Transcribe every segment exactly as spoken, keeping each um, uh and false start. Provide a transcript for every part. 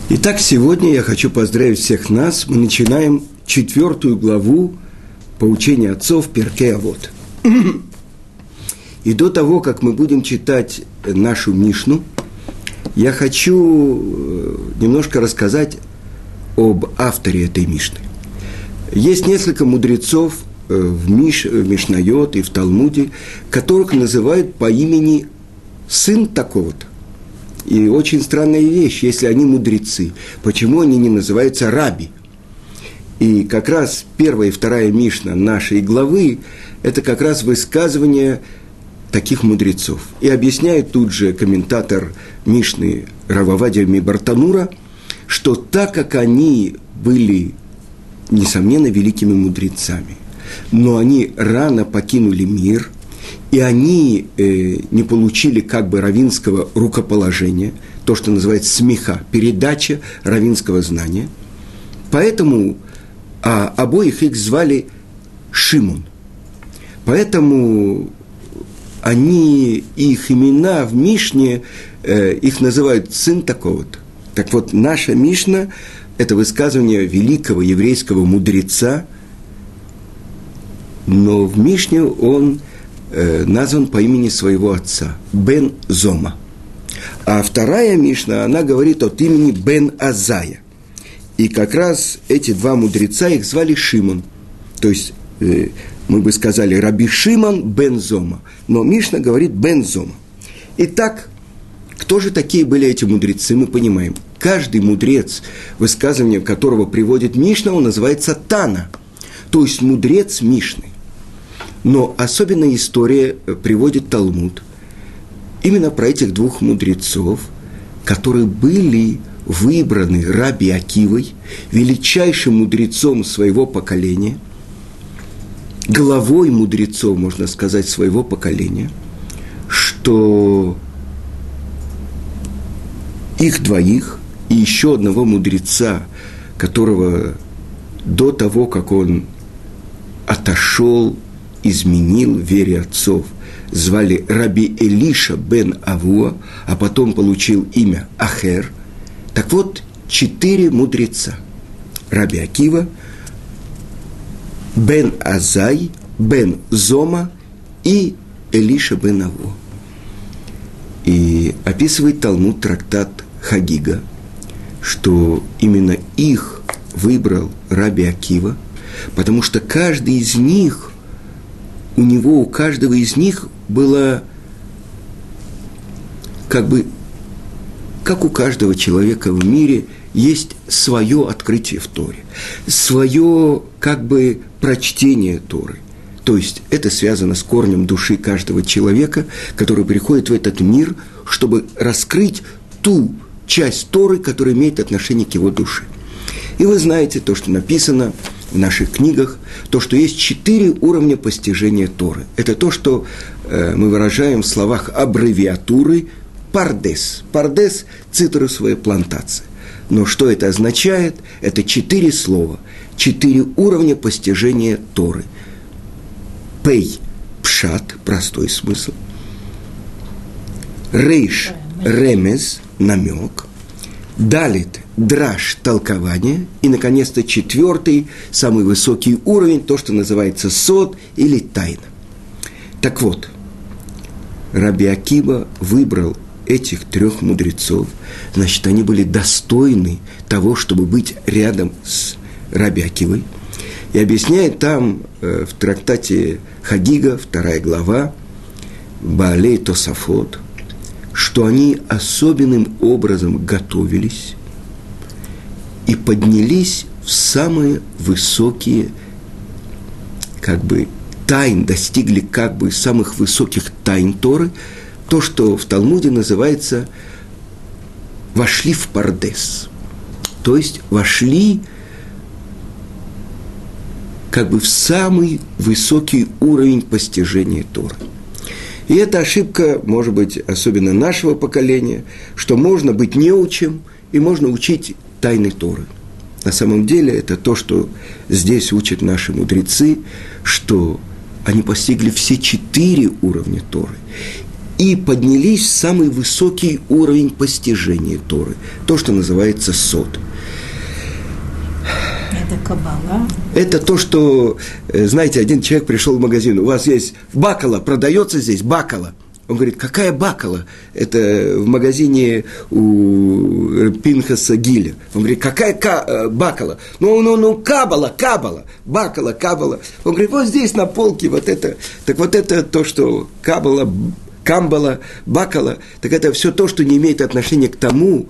Итак, сегодня я хочу поздравить всех нас. Мы начинаем четвертую главу поучения отцов Перкей Авот. И до того, как мы будем читать нашу Мишну, я хочу немножко рассказать об авторе этой Мишны. Есть несколько мудрецов в, Миш, в Мишнайот и в Талмуде, которых называют по имени сын такого-то. И очень странная вещь, если они мудрецы. Почему они не называются раби? И как раз первая и вторая Мишна нашей главы – это как раз высказывание таких мудрецов. И объясняет тут же комментатор Мишны Рав Овадия Мибартанура, что так как они были, несомненно, великими мудрецами, но они рано покинули мир – и они э, не получили как бы раввинского рукоположения, то, что называется смеха, передача раввинского знания. Поэтому а, обоих их звали Шимон. Поэтому они, их имена в Мишне, э, их называют сын такого-то. Так вот, наша Мишна – это высказывание великого еврейского мудреца, но в Мишне он назван по имени своего отца, Бен Зома. А вторая Мишна, она говорит от имени Бен Азая. И как раз эти два мудреца, их звали Шимон. То есть, э, мы бы сказали, Раби Шимон Бен Зома. Но Мишна говорит Бен Зома. Итак, кто же такие были эти мудрецы, мы понимаем. Каждый мудрец, высказывание которого приводит Мишна, он называется Тана. То есть, мудрец Мишны. Но особенная история приводит Талмуд именно про этих двух мудрецов, которые были выбраны Раби Акивой, величайшим мудрецом своего поколения, главой мудрецов, можно сказать, своего поколения, что их двоих и еще одного мудреца, которого до того, как он отошел, изменил вере отцов, звали Раби Элиша бен Авуа, а потом получил имя Ахер. Так вот, четыре мудреца. Раби Акива, бен Азай, бен Зома и Элиша бен Авуа. И описывает Талмуд трактат Хагига, что именно их выбрал Раби Акива, потому что каждый из них, у него, у каждого из них было как бы, как у каждого человека в мире, есть свое открытие в Торе, свое как бы прочтение Торы. То есть это связано с корнем души каждого человека, который приходит в этот мир, чтобы раскрыть ту часть Торы, которая имеет отношение к его душе. И вы знаете то, что написано в наших книгах, то, что есть четыре уровня постижения Торы. Это то, что э, мы выражаем в словах аббревиатуры «пардес». «Пардес» – цитрусовая плантация. Но что это означает? Это четыре слова, четыре уровня постижения Торы. Пей – пшат, простой смысл. Рейш – ремез, намек. Далит – драш, толкование. И, наконец-то, четвертый, самый высокий уровень, то, что называется сод или тайна. Так вот, Раби Акива выбрал этих трех мудрецов, значит, они были достойны того, чтобы быть рядом с Раби Акивой. И объясняет там э, в трактате Хагига, вторая глава, Баалей Тосафот, что они особенным образом готовились и поднялись в самые высокие, как бы, тайн, достигли как бы самых высоких тайн Торы, то, что в Талмуде называется «вошли в пардес», то есть вошли как бы в самый высокий уровень постижения Торы. И эта ошибка, может быть, особенно нашего поколения, что можно быть неучим и можно учить тайны Торы. На самом деле это то, что здесь учат наши мудрецы, что они постигли все четыре уровня Торы. и поднялись в самый высокий уровень постижения Торы, то, что называется сод. Это каббала. Это то, что, знаете, один человек пришел в магазин, у вас есть бакала, продается здесь бакала. Он говорит, какая бакала? Это в магазине у Пинхаса Гиля. Он говорит, какая ка- бакала? Ну, ну, ну, кабала, кабала, бакала, кабала. Он говорит, вот здесь на полке вот это. Так вот это то, что кабала, камбала, бакала. Так это все то, что не имеет отношения к тому,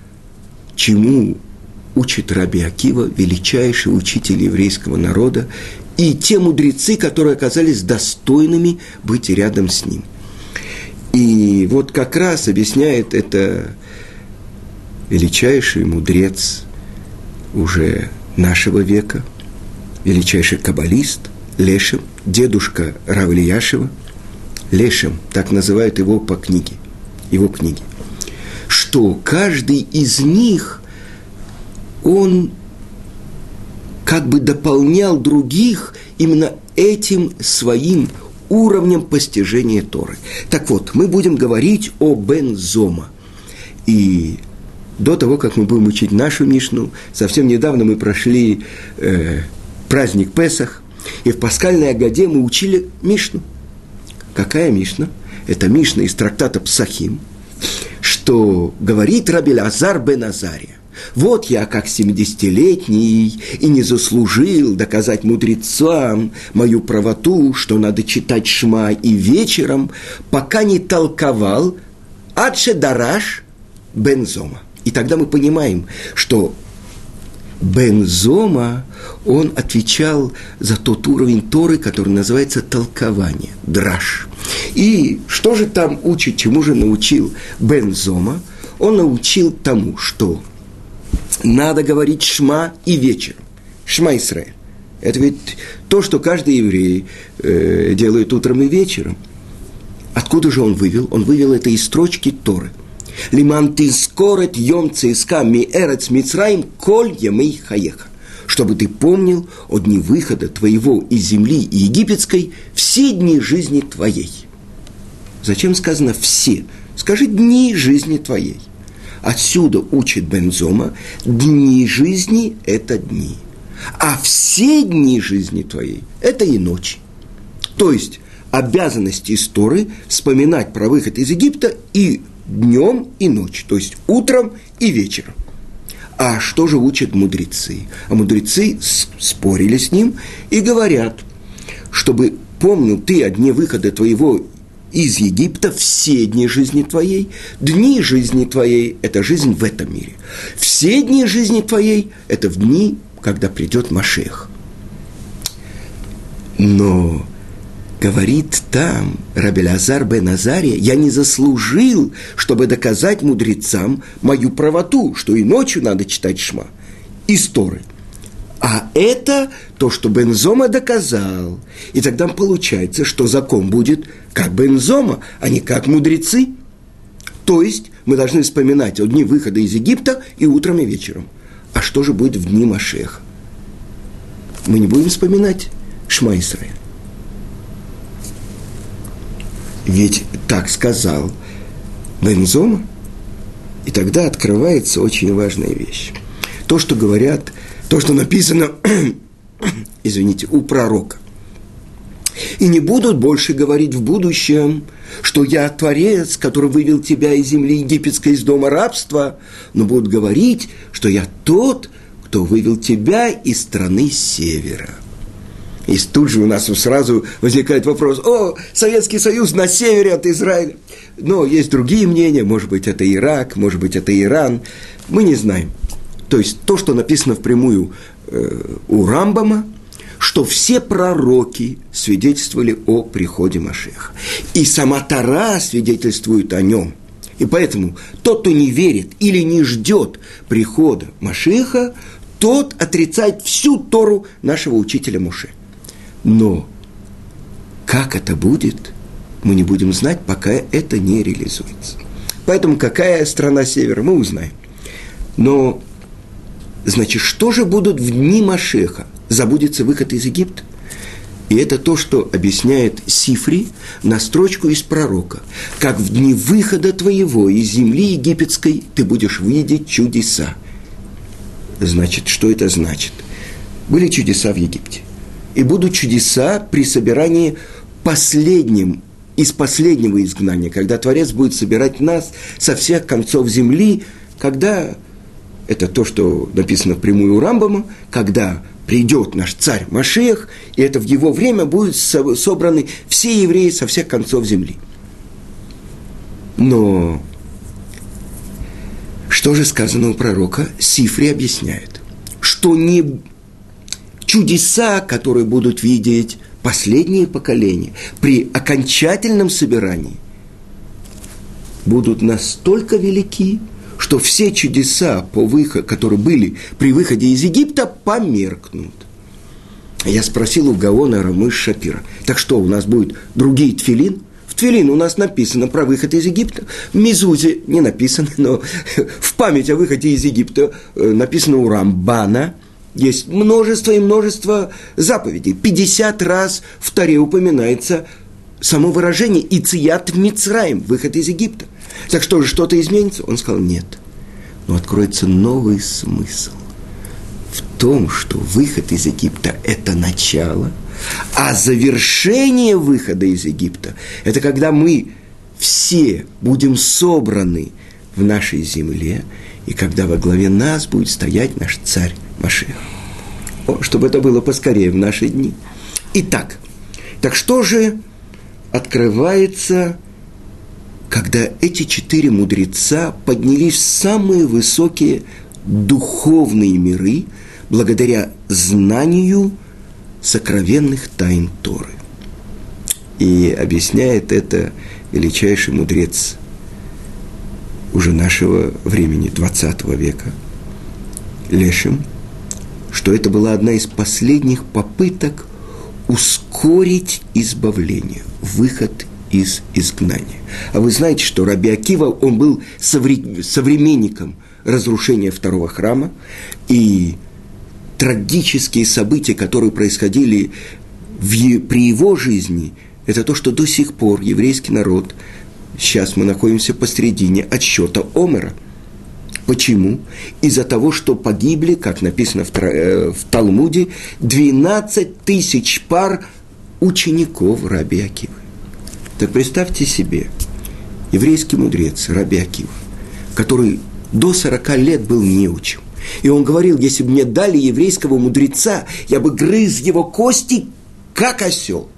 чему учит Раби Акива, величайший учитель еврейского народа, и те мудрецы, которые оказались достойными быть рядом с ним. И вот как раз объясняет это величайший мудрец уже нашего века, величайший каббалист Лешем, дедушка Рав Элияшева, Лешем, так называют его по книге, его книге, что каждый из них, он как бы дополнял других именно этим своим уровнем постижения Торы. Так вот, мы будем говорить о Бен Зома. И до того, как мы будем учить нашу Мишну, совсем недавно мы прошли э, праздник Песах, и в пасхальной Агаде мы учили Мишну. Какая Мишна? Это Мишна из трактата Псахим, что говорит Раби Элиазар бен Азария. Вот я, как семидесятилетний, и не заслужил доказать мудрецам мою правоту, что надо читать Шма и вечером, пока не толковал Адше Дараш Бен Зома. И тогда мы понимаем, что Бен Зома, он отвечал за тот уровень Торы, который называется толкование, драш. И что же там учит, чему же научил Бен Зома? Он научил тому, что надо говорить Шма и вечером. Шма Исраэль. Это ведь то, что каждый еврей э, делает утром и вечером. Откуда же он вывел? Он вывел это из строчки Торы. «Лиман тизкорет йом цеиска ми эрец мицраим коль ямей хаеха». Чтобы ты помнил о дне выхода твоего из земли египетской все дни жизни твоей. Зачем сказано «все»? Скажи «дни жизни твоей». Отсюда учит Бен Зома, дни жизни – это дни. А все дни жизни твоей – это и ночи. То есть, обязанность из Торы вспоминать про выход из Египта и днем, и ночью. То есть, утром и вечером. А что же учат мудрецы? А мудрецы спорили с ним и говорят, чтобы помнил ты о дне выхода твоего из Египта все дни жизни твоей, дни жизни твоей – это жизнь в этом мире. Все дни жизни твоей – это в дни, когда придет Машиах. Но говорит там Раби Элиазар бен Азария, я не заслужил, чтобы доказать мудрецам мою правоту, что и ночью надо читать Шма из Торы. А это то, что Бен Зома доказал. И тогда получается, что закон будет как Бен Зома, а не как мудрецы. То есть мы должны вспоминать о дни выхода из Египта и утром, и вечером. А что же будет в дни Машеха? Мы не будем вспоминать Шма Исраэль. Ведь так сказал Бен Зома. И тогда открывается очень важная вещь. То, что говорят... То, что написано, извините, у пророка. «И не будут больше говорить в будущем, что я Творец, который вывел тебя из земли египетской, из дома рабства, но будут говорить, что я тот, кто вывел тебя из страны севера». И тут же у нас сразу возникает вопрос: о, Советский Союз на севере от Израиля. Но есть другие мнения, может быть, это Ирак, может быть, это Иран, мы не знаем. То есть то, что написано впрямую э, у Рамбама, что все пророки свидетельствовали о приходе Машиаха. И сама Тора свидетельствует о нем. И поэтому тот, кто не верит или не ждет прихода Машиаха, тот отрицает всю Тору нашего учителя Моше. Но как это будет, мы не будем знать, пока это не реализуется. Поэтому какая страна севера, мы узнаем. Но значит, что же будут в дни Машеха? Забудется выход из Египта? И это то, что объясняет Сифри на строчку из пророка. «Как в дни выхода твоего из земли египетской ты будешь видеть чудеса». Значит, что это значит? Были чудеса в Египте. И будут чудеса при собирании последним, из последнего изгнания, когда Творец будет собирать нас со всех концов земли, когда, это то, что написано впрямую у Рамбама, когда придет наш царь Машиах, и это в его время будут собраны все евреи со всех концов земли. Но что же сказано у пророка? Сифри объясняет, что не чудеса, которые будут видеть последние поколения при окончательном собирании, будут настолько велики, что все чудеса, по выходу, которые были при выходе из Египта, померкнут. Я спросил у Гаона Рамыш Шапира, так что, у нас будет другие тфилин? В тфилин у нас написано про выход из Египта. В Мезузе не написано, но в память о выходе из Египта написано у Рамбана. Есть множество и множество заповедей. пятьдесят раз в Торе упоминается само выражение «Ицият Мицраим», выход из Египта. Так что же, что-то изменится? Он сказал, нет. Но откроется новый смысл в том, что выход из Египта – это начало, а завершение выхода из Египта – это когда мы все будем собраны в нашей земле, и когда во главе нас будет стоять наш царь Машиах. О, чтобы это было поскорее в наши дни. Итак, так что же открывается, когда эти четыре мудреца поднялись в самые высокие духовные миры благодаря знанию сокровенных тайн Торы? И объясняет это величайший мудрец уже нашего времени, двадцатого века, Лешем, что это была одна из последних попыток ускорить избавление, выход из изгнания. А вы знаете, что Раби Акива, он был современником разрушения второго храма, и трагические события, которые происходили в, при его жизни, это то, что до сих пор еврейский народ, сейчас мы находимся посредине отсчета Омера. Почему? Из-за того, что погибли, как написано в, в Талмуде, двенадцать тысяч пар учеников Раби Акивы. Так представьте себе, еврейский мудрец Раби Акива, который до сорока лет был неучим. И он говорил, если бы мне дали еврейского мудреца, я бы грыз его кости, как осел.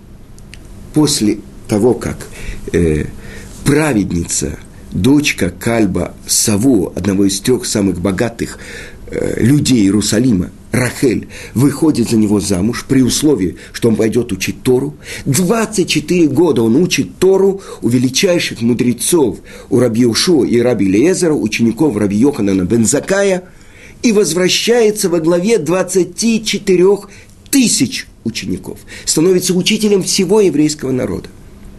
После того, как э, праведница, дочка Кальба Саву, одного из трех самых богатых э, людей Иерусалима, Рахель, выходит за него замуж при условии, что он пойдет учить Тору. двадцать четыре года он учит Тору у величайших мудрецов, у Раби Йошуа и Раби Элиэзера, учеников Раби Йоханана бен Заккая, и возвращается во главе двадцати четырёх тысяч учеников. Становится учителем всего еврейского народа.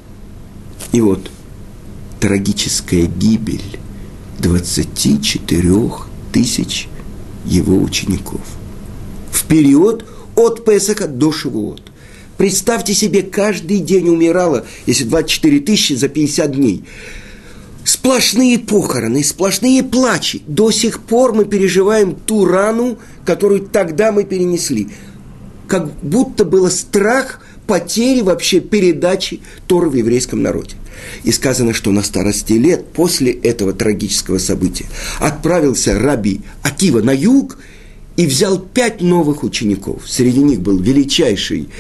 И вот трагическая гибель двадцати четырёх тысяч его учеников в период от Песаха до Шавуот. Представьте себе, каждый день умирало, если двадцать четыре тысячи за пятьдесят дней. Сплошные похороны, сплошные плачи. До сих пор мы переживаем ту рану, которую тогда мы перенесли. Как будто было страх потери вообще передачи Торы в еврейском народе. И сказано, что на старости лет, после этого трагического события, отправился Раби Акива на юг и взял пять новых учеников. Среди них был величайший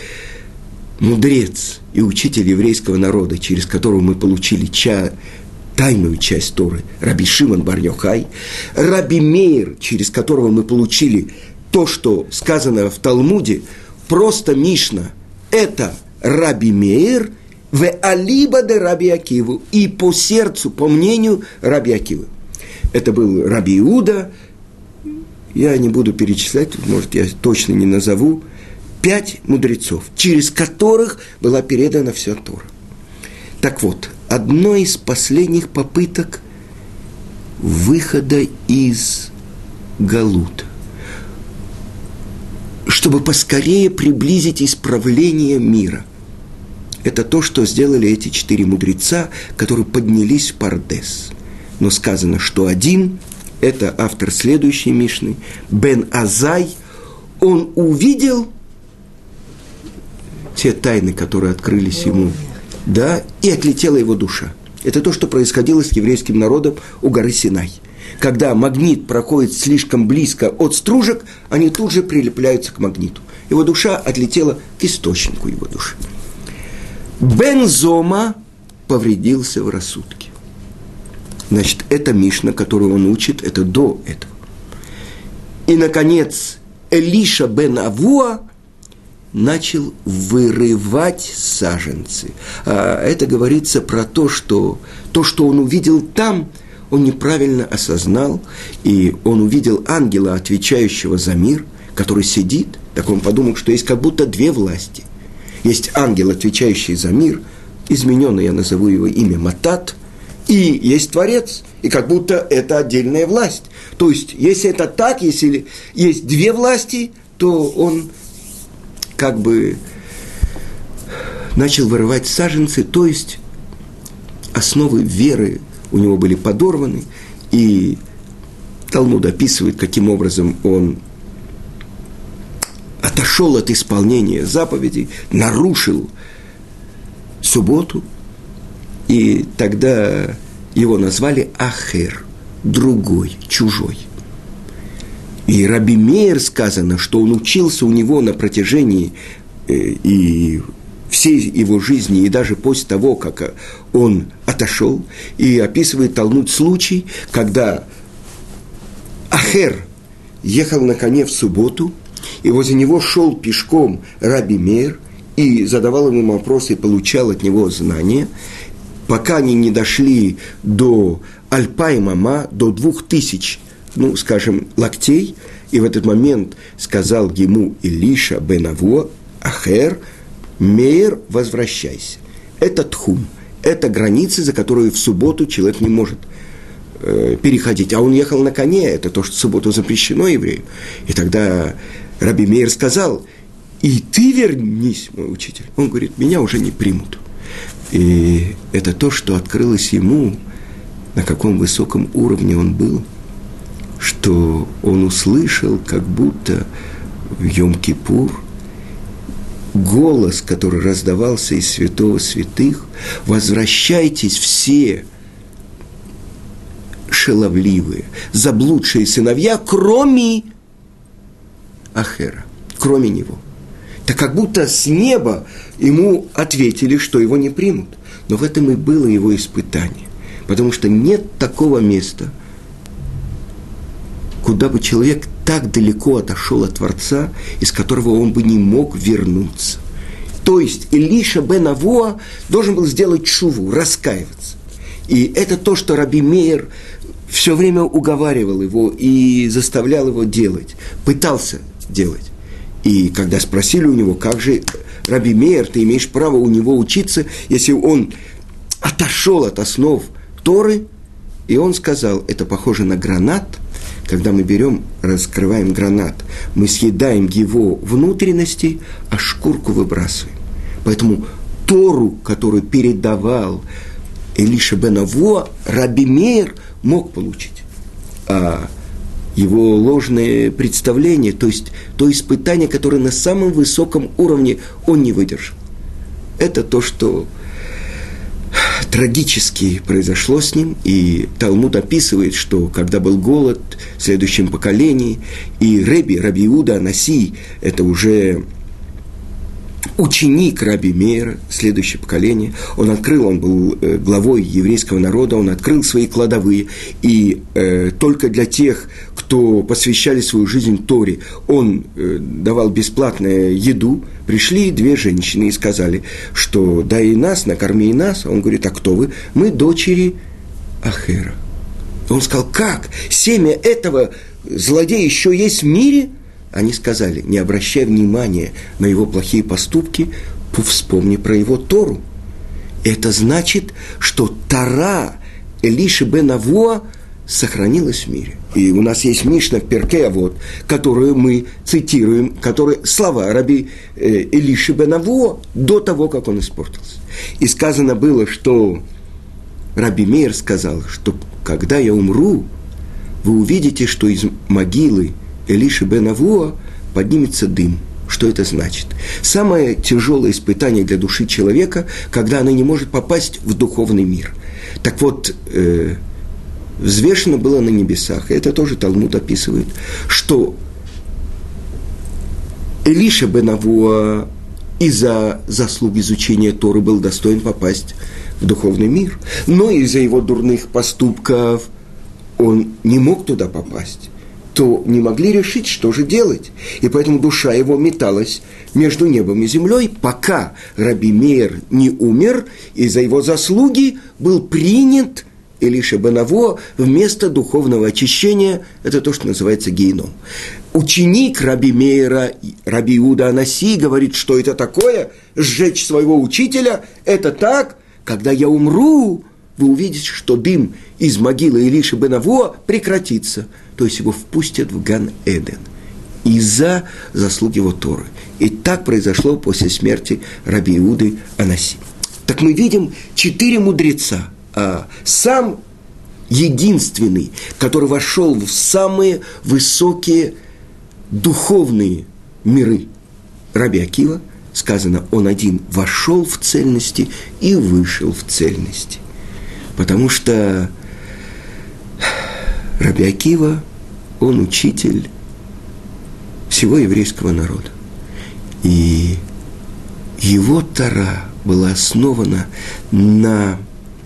мудрец и учитель еврейского народа, через которого мы получили ча, тайную часть Торы, Раби Шимон бар Йохай, Раби Меир, через которого мы получили то, что сказано в Талмуде, просто Мишна, это Раби Меир, в алиба де Раби Акиву, и по сердцу, по мнению Раби Акивы. Это был Раби Иуда, я не буду перечислять, может, я точно не назову, пять мудрецов, через которых была передана вся Тора. Так вот, одной из последних попыток выхода из Галута. чтобы поскорее приблизить исправление мира. Это то, что сделали эти четыре мудреца, которые поднялись в Пардес. Но сказано, что один, это автор следующей Мишны, Бен Азай, он увидел те тайны, которые открылись ему, да, и отлетела его душа. Это то, что происходило с еврейским народом у горы Синай. Когда магнит проходит слишком близко от стружек, они тут же прилепляются к магниту. Его душа отлетела к источнику его души. Бен Зома повредился в рассудке. Значит, это Мишна, которую он учит, это до этого. И, наконец, Элиша бен Авуа начал вырывать саженцы. А это говорится про то, что то, что он увидел там, он неправильно осознал, и он увидел ангела, отвечающего за мир, который сидит, так он подумал, что есть как будто две власти. Есть ангел, отвечающий за мир, измененно я назову его имя Матат, и есть Творец, и как будто это отдельная власть. То есть, если это так, если есть две власти, то он как бы начал вырывать саженцы, то есть основы веры у него были подорваны, и Талмуд описывает, каким образом он отошел от исполнения заповедей, нарушил субботу, и тогда его назвали Ахер, другой, чужой. И Раби Меир сказано, что он учился у него на протяжении э, и всей его жизни, и даже после того, как он отошел, и описывает Талмуд случай, когда Ахер ехал на коне в субботу, и возле него шел пешком Раби Меир, и задавал ему вопросы, и получал от него знания, пока они не дошли до Альпай Мама, до двух тысяч, ну, скажем, локтей, и в этот момент сказал ему Элиша бен Авуа, Ахер, Меир, возвращайся. Это тхум, это границы, за которые в субботу человек не может э, переходить. А он ехал на коне, это то, что в субботу запрещено еврею. И тогда Раби Меир сказал: и ты вернись, мой учитель. Он говорит: меня уже не примут. И это то, что открылось ему, на каком высоком уровне он был, что он услышал, как будто в Йом-Кипур, голос, который раздавался из святого святых: возвращайтесь все шаловливые, заблудшие сыновья, кроме Ахера, кроме него. Так как будто с неба ему ответили, что его не примут. Но в этом и было его испытание. Потому что нет такого места, куда бы человек так далеко отошел от Творца, из которого он бы не мог вернуться. То есть Элиша бен Авуа должен был сделать шуву, раскаиваться. И это то, что Раби Меир все время уговаривал его и заставлял его делать, пытался делать. И когда спросили у него: как же, Раби Меир, ты имеешь право у него учиться, если он отошел от основ Торы? И он сказал: это похоже на гранат. Когда мы берем, раскрываем гранат, мы съедаем его внутренности, а шкурку выбрасываем. Поэтому Тору, которую передавал Элиша бен Авуа, Раби Меир мог получить. А его ложное представление, то есть то испытание, которое на самом высоком уровне он не выдержал. Это то, что трагически произошло с ним, и Талмуд описывает, что когда был голод в следующем поколении, и Реби, Раби Иуда Анаси, это уже ученик Раби Меира, следующее поколение, он открыл, он был главой еврейского народа, он открыл свои кладовые, и э, только для тех, кто посвящали свою жизнь Торе, он э, давал бесплатную еду. Пришли две женщины и сказали, что дай и нас, накорми и нас. Он говорит: а кто вы? Мы дочери Ахера. Он сказал: как? Семя этого злодея еще есть в мире? Они сказали: не обращай внимания на его плохие поступки, вспомни про его Тору. Это значит, что Тора Элиши бен Авуа сохранилось в мире. И у нас есть Мишна в Перкей Авот, которую мы цитируем, которые, слова раби э, Элиши бен Авуа до того, как он испортился. И сказано было, что раби Меир сказал, что когда я умру, вы увидите, что из могилы Элиши бен Авуа поднимется дым. Что это значит? Самое тяжелое испытание для души человека, когда она не может попасть в духовный мир. Так вот, э, взвешено было на небесах, и это тоже Талмуд описывает, что Элиша бен Авуа из-за заслуг изучения Торы был достоин попасть в духовный мир, но из-за его дурных поступков он не мог туда попасть, то не могли решить, что же делать. И поэтому душа его металась между небом и землей, пока раби Меир не умер, и за его заслуги был принят Элиша бен Авуа вместо духовного очищения. Это то, что называется геном. Ученик раби Меира, раби Иуда Анаси, говорит, что это такое, сжечь своего учителя, это так, когда я умру, вы увидите, что дым из могилы Элиши бен Авуа прекратится. То есть его впустят в Ган-Эден из-за заслуг его Торы. И так произошло после смерти раби Иуды Анаси. Так мы видим четыре мудреца, а сам единственный, который вошел в самые высокие духовные миры, раби Акива, сказано, он один вошел в цельности и вышел в цельности. Потому что раби Акива, он учитель всего еврейского народа. И его Тора была основана на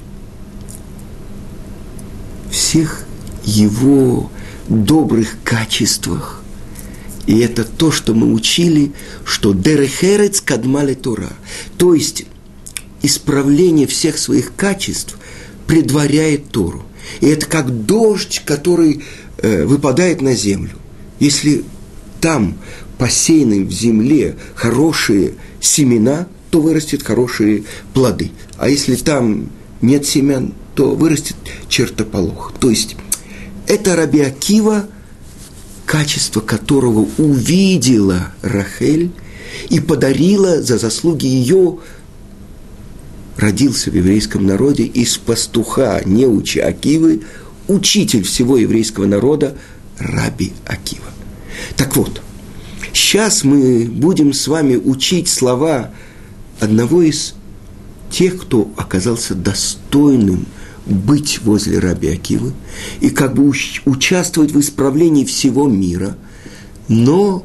всех его добрых качествах. И это то, что мы учили, что дерех эрец кадма ле Тора. То есть исправление всех своих качеств предваряет Тору. И это как дождь, который э, выпадает на землю. Если там посеяны в земле хорошие семена, то вырастет хорошие плоды. А если там нет семян, то вырастет чертополох. То есть это раби Акива, качество которого увидела Рахель и подарила за заслуги ее, родился в еврейском народе из пастуха, неуча Акивы, учитель всего еврейского народа раби Акива. Так вот, сейчас мы будем с вами учить слова одного из тех, кто оказался достойным быть возле раби Акивы и как бы участвовать в исправлении всего мира. Но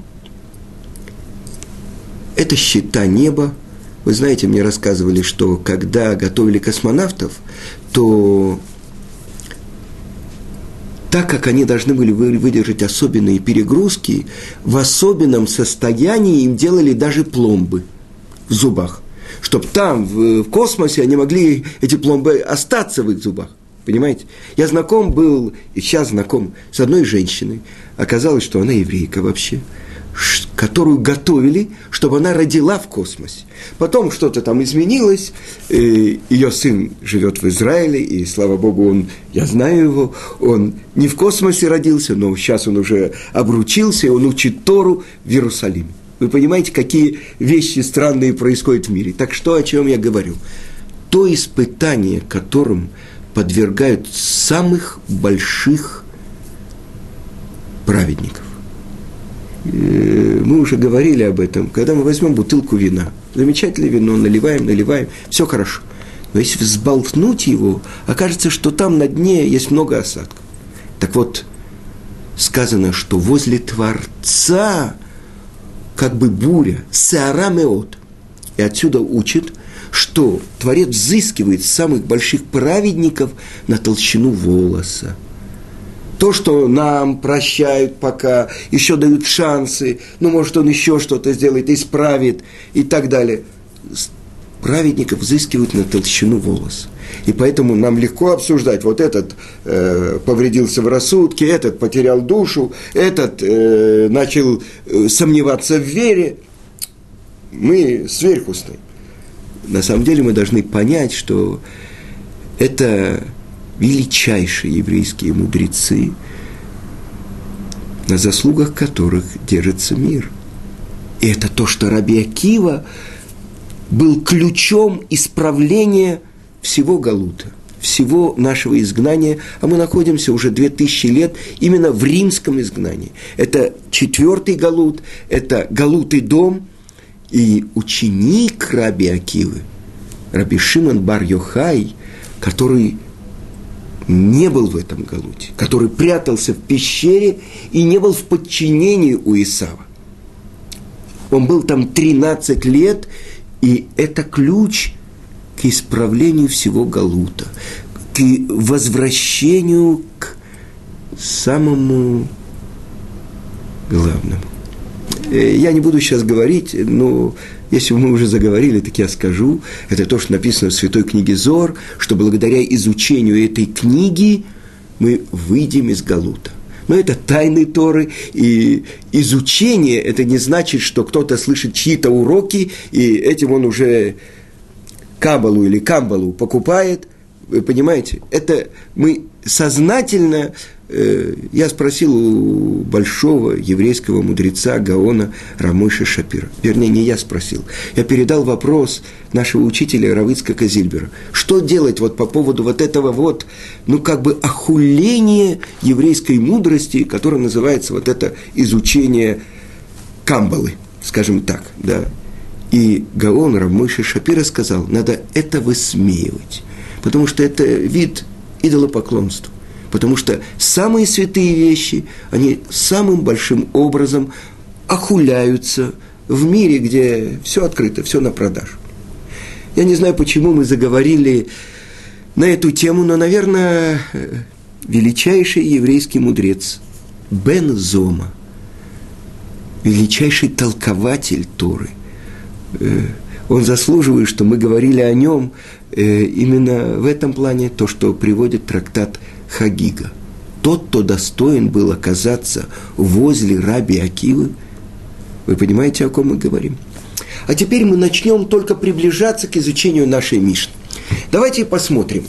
это счета неба. Вы знаете, мне рассказывали, что когда готовили космонавтов, то так как они должны были выдержать особенные перегрузки, в особенном состоянии им делали даже пломбы в зубах, чтобы там, в, в космосе, они могли, эти пломбы, остаться в их зубах. Понимаете? Я знаком был, и сейчас знаком с одной женщиной. Оказалось, что она еврейка вообще, которую готовили, чтобы она родила в космосе. Потом что-то там изменилось, ее сын живет в Израиле, и, слава Богу, он, я знаю его, он не в космосе родился, но сейчас он уже обручился, и он учит Тору в Иерусалиме. Вы понимаете, какие вещи странные происходят в мире. Так что, о чем я говорю? То испытание, которым подвергают самых больших праведников. Мы уже говорили об этом, когда мы возьмем бутылку вина, замечательное вино, наливаем, наливаем, все хорошо. Но если взболтнуть его, окажется, что там на дне есть много осадков. Так вот, сказано, что возле Творца как бы буря, сеара меот. И отсюда учат, что Творец взыскивает самых больших праведников на толщину волоса. То, что нам прощают пока, еще дают шансы, ну, может, он еще что-то сделает, исправит и так далее. Праведников взыскивают на толщину волоса. И поэтому нам легко обсуждать, вот этот э, повредился в рассудке, этот потерял душу, этот э, начал э, сомневаться в вере. Мы сверху стоим. На самом деле мы должны понять, что это величайшие еврейские мудрецы, на заслугах которых держится мир. И это то, что Раби Акива был ключом исправления всего галута, всего нашего изгнания, а мы находимся уже две тысячи лет именно в римском изгнании. Это четвертый галут, это галут и дом, и ученик Раби Акивы, Раби Шимон бар Йохай, который не был в этом галуте, который прятался в пещере и не был в подчинении у Исава. Он был там тринадцать лет, и это ключ к исправлению всего галута, к возвращению к самому главному. Я не буду сейчас говорить, но если мы уже заговорили, так я скажу. Это то, что написано в Святой книге Зоар, что благодаря изучению этой книги мы выйдем из галута. Но это тайны Торы, и изучение – это не значит, что кто-то слышит чьи-то уроки, и этим он уже кабалу или камбалу покупает. Вы понимаете? Это мы сознательно… Э, я спросил у большого еврейского мудреца Гаона Рамойша Шапира. Вернее, не я спросил. Я передал вопрос нашего учителя Рав Ицхака Зильбера. Что делать вот по поводу вот этого вот, ну, как бы охуления еврейской мудрости, которое называется вот это изучение камбалы, скажем так, да. И Гаон Рамойша Шапира сказал, надо это высмеивать, потому что это вид идолопоклонства. Потому что самые святые вещи, они самым большим образом охуляются в мире, где все открыто, все на продажу. Я не знаю, почему мы заговорили на эту тему, но, наверное, величайший еврейский мудрец Бен Зома, величайший толкователь Торы, он заслуживает, что мы говорили о нем именно в этом плане, то, что приводит трактат Хагига. Тот, кто достоин был оказаться возле Раби Акивы. Вы понимаете, о ком мы говорим? А теперь мы начнем только приближаться к изучению нашей Мишны. Давайте посмотрим.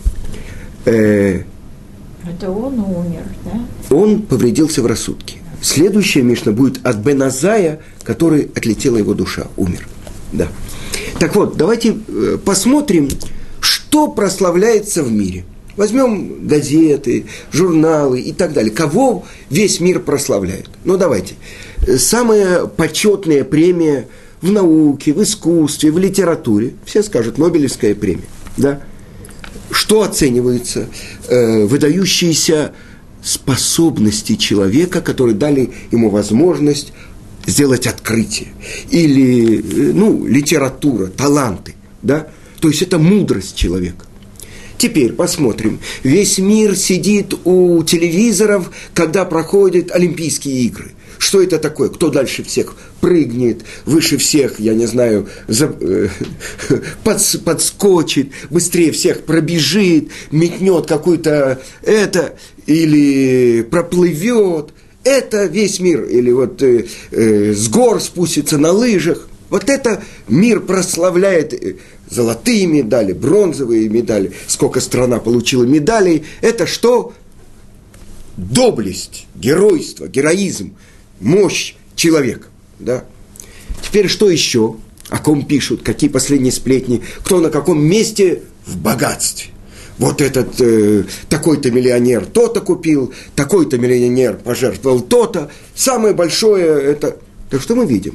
Э, Это он умер, да? Он повредился в рассудке. Следующая Мишна будет от Бен Азая, который отлетела его душа, умер. Да. Так вот, давайте посмотрим, что прославляется в мире. Возьмем газеты, журналы и так далее. Кого весь мир прославляет? Ну, давайте. Самая почетная премия в науке, в искусстве, в литературе. Все скажут, Нобелевская премия. Да? Что оценивается? Э, выдающиеся способности человека, которые дали ему возможность сделать открытие. Или, ну, литература, таланты. Да? То есть, это мудрость человека. Теперь посмотрим. Весь мир сидит у телевизоров, когда проходят Олимпийские игры. Что это такое? Кто дальше всех прыгнет, выше всех, я не знаю, за, э, подс, подскочит, быстрее всех пробежит, метнет какую-то это, или проплывет. Это весь мир. Или вот э, э, с гор спустится на лыжах. Вот это мир прославляет. Золотые медали, бронзовые медали, сколько страна получила медалей, это что? Доблесть, геройство, героизм, мощь человека. Да? Теперь что еще? О ком пишут, какие последние сплетни, кто на каком месте в богатстве. Вот этот э, такой-то миллионер то-то купил, такой-то миллионер пожертвовал то-то. Самое большое это... Так что мы видим?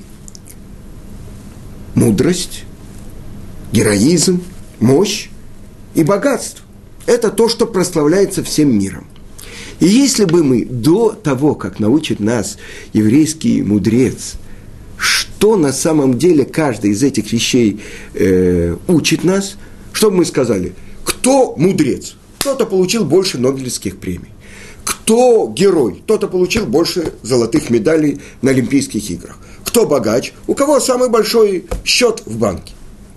Мудрость, героизм, мощь и богатство. Это то, что прославляется всем миром. И если бы мы до того, как научит нас еврейский мудрец, что на самом деле каждая из этих вещей э, учит нас, что бы мы сказали? Кто мудрец? Кто-то получил больше Нобелевских премий. Кто герой? Кто-то получил больше золотых медалей на Олимпийских играх. Кто богач? У кого самый большой счет в банке?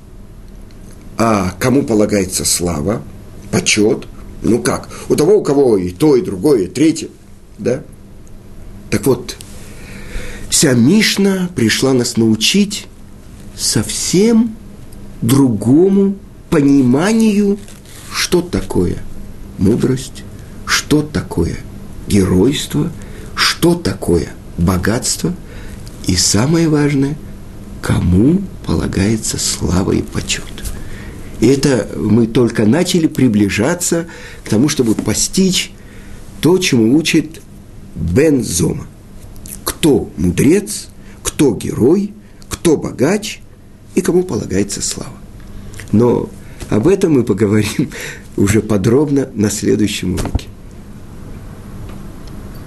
А кому полагается слава, почет? Ну как? У того, у кого и то, и другое, и третье. Да? Так вот, вся Мишна пришла нас научить совсем другому пониманию, что такое мудрость, что такое геройство, что такое богатство, и самое важное, кому полагается слава и почет. И это мы только начали приближаться к тому, чтобы постичь то, чему учит Бен Зома. Кто мудрец, кто герой, кто богач и кому полагается слава. Но об этом мы поговорим уже подробно на следующем уроке.